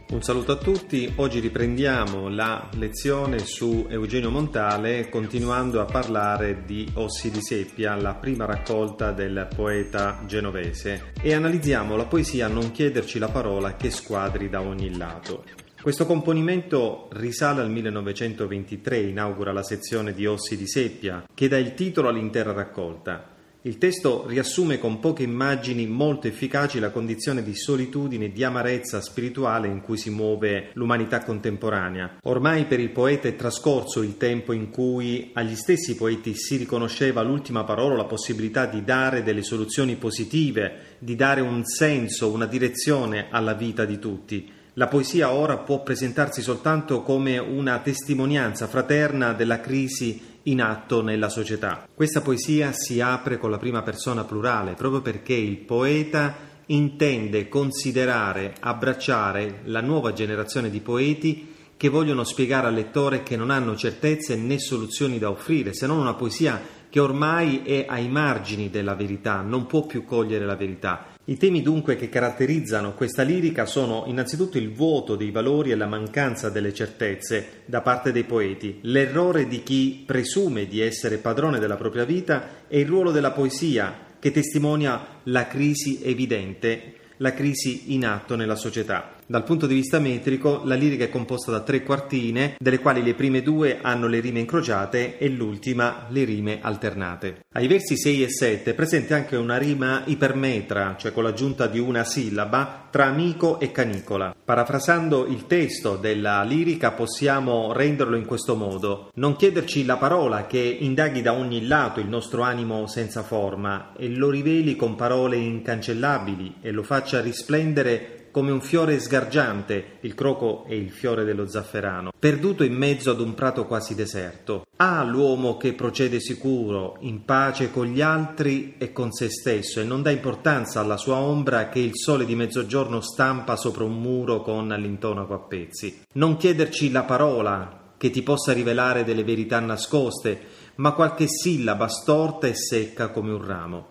Un saluto a tutti, oggi riprendiamo la lezione su Eugenio Montale continuando a parlare di Ossi di Seppia, la prima raccolta del poeta genovese, e analizziamo la poesia Non chiederci la parola che squadri da ogni lato. Questo componimento risale al 1923, inaugura la sezione di Ossi di Seppia che dà il titolo all'intera raccolta. Il testo riassume con poche immagini molto efficaci la condizione di solitudine e di amarezza spirituale in cui si muove l'umanità contemporanea. Ormai per il poeta è trascorso il tempo in cui agli stessi poeti si riconosceva l'ultima parola, la possibilità di dare delle soluzioni positive, di dare un senso, una direzione alla vita di tutti. La poesia ora può presentarsi soltanto come una testimonianza fraterna della crisi in atto nella società. Questa poesia si apre con la prima persona plurale, proprio perché il poeta intende considerare, abbracciare la nuova generazione di poeti che vogliono spiegare al lettore che non hanno certezze né soluzioni da offrire, se non una poesia che ormai è ai margini della verità, non può più cogliere la verità. I temi dunque che caratterizzano questa lirica sono innanzitutto il vuoto dei valori e la mancanza delle certezze da parte dei poeti, l'errore di chi presume di essere padrone della propria vita e il ruolo della poesia che testimonia la crisi evidente, la crisi in atto nella società. Dal punto di vista metrico, la lirica è composta da 3 quartine, delle quali le prime 2 hanno le rime incrociate e l'ultima le rime alternate. Ai versi 6 e 7 è presente anche una rima ipermetra, cioè con l'aggiunta di una sillaba, tra amico e canicola. Parafrasando il testo della lirica possiamo renderlo in questo modo: non chiederci la parola che indaghi da ogni lato il nostro animo senza forma e lo riveli con parole incancellabili e lo faccia risplendere come un fiore sgargiante, il croco è il fiore dello zafferano, perduto in mezzo ad un prato quasi deserto. Ah, l'uomo che procede sicuro, in pace con gli altri e con se stesso, e non dà importanza alla sua ombra che il sole di mezzogiorno stampa sopra un muro con l'intonaco a pezzi. Non chiederci la parola che ti possa rivelare delle verità nascoste, ma qualche sillaba storta e secca come un ramo.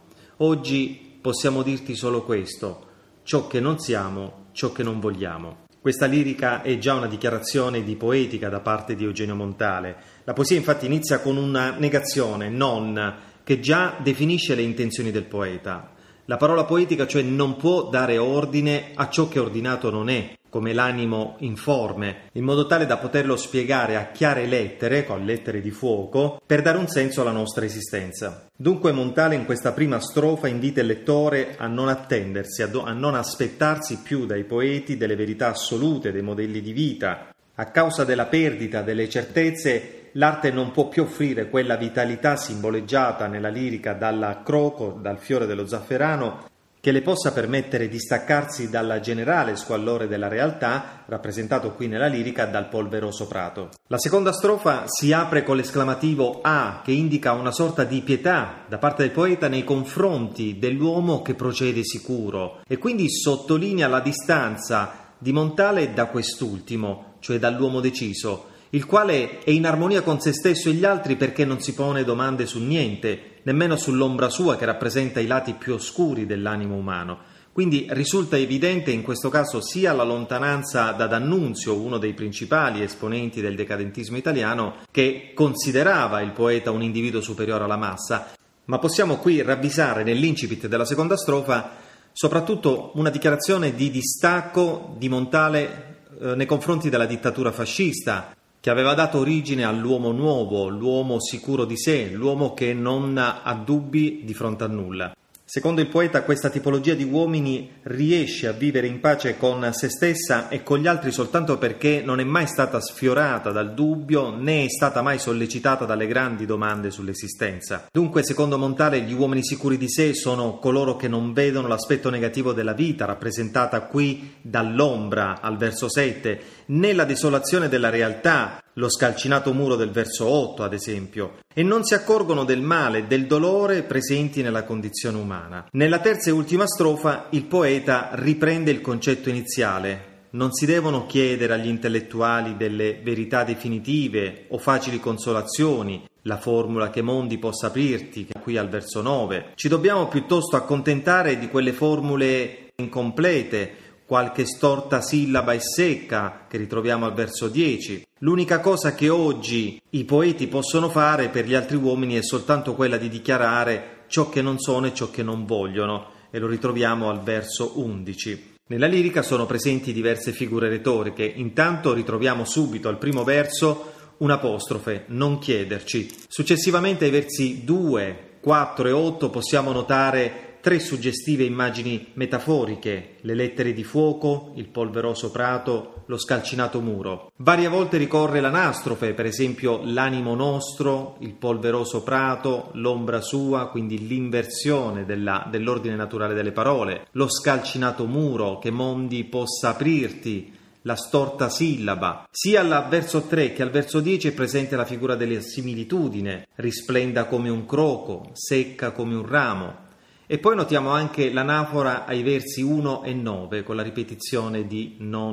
Oggi possiamo dirti solo questo: ciò che non siamo, ciò che non vogliamo. Questa lirica è già una dichiarazione di poetica da parte di Eugenio Montale. La poesia infatti inizia con una negazione, non, che già definisce le intenzioni del poeta. La parola poetica, cioè, non può dare ordine a ciò che ordinato non è, come l'animo informe, in modo tale da poterlo spiegare a chiare lettere, con lettere di fuoco, per dare un senso alla nostra esistenza. Dunque Montale in questa prima strofa invita il lettore a non attendersi, a non aspettarsi più dai poeti delle verità assolute, dei modelli di vita. A causa della perdita delle certezze, l'arte non può più offrire quella vitalità simboleggiata nella lirica dal croco, dal fiore dello zafferano, che le possa permettere di staccarsi dal generale squallore della realtà, rappresentato qui nella lirica dal polveroso prato. La seconda strofa si apre con l'esclamativo «Ah», che indica una sorta di pietà da parte del poeta nei confronti dell'uomo che procede sicuro, e quindi sottolinea la distanza di Montale da quest'ultimo, cioè dall'uomo deciso, il quale è in armonia con se stesso e gli altri perché non si pone domande su niente, nemmeno sull'ombra sua che rappresenta i lati più oscuri dell'animo umano. Quindi risulta evidente in questo caso sia la lontananza da D'Annunzio, uno dei principali esponenti del decadentismo italiano, che considerava il poeta un individuo superiore alla massa, ma possiamo qui ravvisare nell'incipit della seconda strofa soprattutto una dichiarazione di distacco di Montale nei confronti della dittatura fascista, che aveva dato origine all'uomo nuovo, l'uomo sicuro di sé, l'uomo che non ha dubbi di fronte a nulla. Secondo il poeta, questa tipologia di uomini riesce a vivere in pace con se stessa e con gli altri soltanto perché non è mai stata sfiorata dal dubbio né è stata mai sollecitata dalle grandi domande sull'esistenza. Dunque, secondo Montale, gli uomini sicuri di sé sono coloro che non vedono l'aspetto negativo della vita, rappresentata qui dall'ombra al verso 7, né la desolazione della realtà, lo scalcinato muro del verso 8 ad esempio, e non si accorgono del male, del dolore presenti nella condizione umana. Nella terza e ultima strofa il poeta riprende il concetto iniziale. Non si devono chiedere agli intellettuali delle verità definitive o facili consolazioni, la formula che mondi possa aprirti, qui al verso 9. Ci dobbiamo piuttosto accontentare di quelle formule incomplete, qualche storta sillaba e secca che ritroviamo al verso 10. L'unica cosa che oggi i poeti possono fare per gli altri uomini è soltanto quella di dichiarare ciò che non sono e ciò che non vogliono, e lo ritroviamo al verso 11. Nella lirica sono presenti diverse figure retoriche. Intanto ritroviamo subito al primo verso un'apostrofe, non chiederci. Successivamente ai versi 2, 4 e 8 possiamo notare 3 suggestive immagini metaforiche: le lettere di fuoco, il polveroso prato, lo scalcinato muro. Varie volte ricorre l'anastrofe, per esempio l'animo nostro, il polveroso prato, l'ombra sua, quindi l'inversione dell'ordine naturale delle parole, lo scalcinato muro, che mondi possa aprirti, la storta sillaba. Sia al verso 3 che al verso 10 è presente la figura della similitudine: risplenda come un croco, secca come un ramo. E poi notiamo anche l'anafora ai versi 1 e 9 con la ripetizione di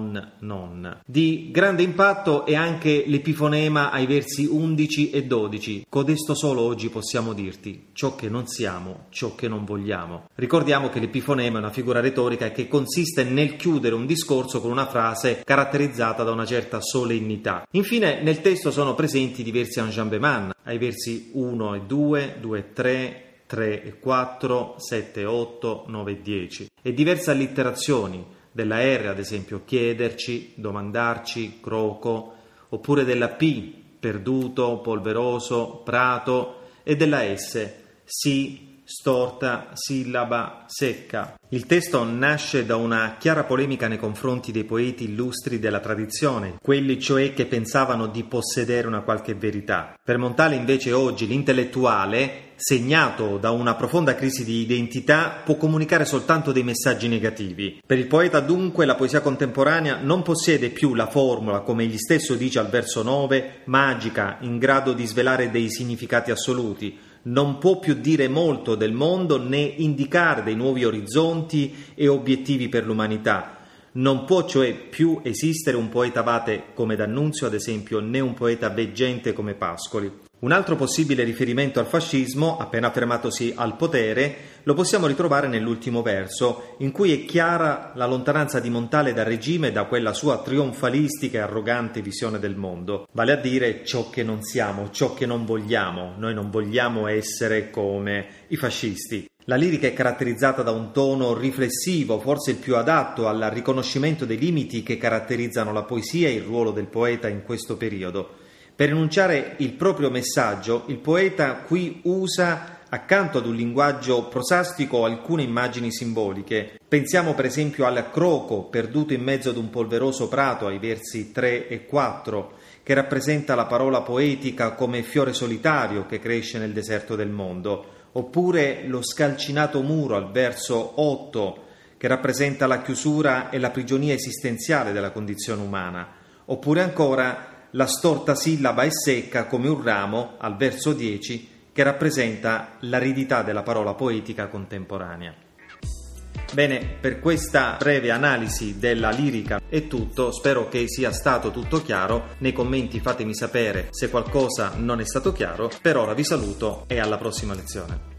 non. Di grande impatto è anche l'epifonema ai versi 11 e 12. Codesto solo oggi possiamo dirti ciò che non siamo, ciò che non vogliamo. Ricordiamo che l'epifonema è una figura retorica che consiste nel chiudere un discorso con una frase caratterizzata da una certa solennità. Infine nel testo sono presenti diversi enjambement ai versi 1 e 2, 2 e 3, 3 e 4, 7 e 8, 9 e 10 e diverse allitterazioni della R, ad esempio chiederci, domandarci, croco, oppure della P, perduto, polveroso, prato, e della S, sì, storta, sillaba, secca. Il testo nasce da una chiara polemica nei confronti dei poeti illustri della tradizione, quelli cioè che pensavano di possedere una qualche verità. Per Montale invece oggi l'intellettuale, segnato da una profonda crisi di identità, può comunicare soltanto dei messaggi negativi. Per il poeta dunque la poesia contemporanea non possiede più la formula, come egli stesso dice al verso 9, magica, in grado di svelare dei significati assoluti. Non può più dire molto del mondo né indicare dei nuovi orizzonti e obiettivi per l'umanità. Non può cioè più esistere un poeta abate come D'Annunzio, ad esempio, né un poeta veggente come Pascoli. Un altro possibile riferimento al fascismo, appena affermatosi al potere, lo possiamo ritrovare nell'ultimo verso, in cui è chiara la lontananza di Montale dal regime e da quella sua trionfalistica e arrogante visione del mondo, vale a dire ciò che non siamo, ciò che non vogliamo. Noi non vogliamo essere come i fascisti. La lirica è caratterizzata da un tono riflessivo, forse il più adatto al riconoscimento dei limiti che caratterizzano la poesia e il ruolo del poeta in questo periodo. Per enunciare il proprio messaggio, il poeta qui usa, accanto ad un linguaggio prosastico, alcune immagini simboliche. Pensiamo per esempio al croco, perduto in mezzo ad un polveroso prato, ai versi 3 e 4, che rappresenta la parola poetica come fiore solitario che cresce nel deserto del mondo. Oppure lo scalcinato muro al verso 8, che rappresenta la chiusura e la prigionia esistenziale della condizione umana. Oppure ancora la storta sillaba e secca come un ramo al verso 10, che rappresenta l'aridità della parola poetica contemporanea. Bene, per questa breve analisi della lirica è tutto, spero che sia stato tutto chiaro. Nei commenti fatemi sapere se qualcosa non è stato chiaro. Per ora vi saluto e alla prossima lezione.